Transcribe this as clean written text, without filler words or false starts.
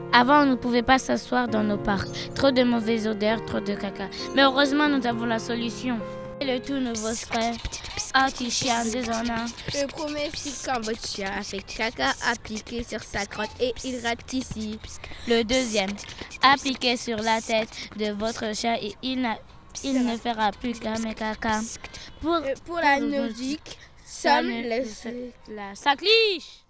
Avant, on ne pouvait pas s'asseoir dans nos parcs. Trop de mauvaises odeurs, trop de caca. Mais heureusement, nous avons la solution. Le tout nouveau spray anti-chien déshonneur. Le premier cycle quand votre chien a fait caca, appliqué sur sa crotte et il rate ici. Le deuxième, appliquez sur la tête de votre chien et il ne fera plus qu'un caca. Pour la Nordique, somme les... Ça cliche.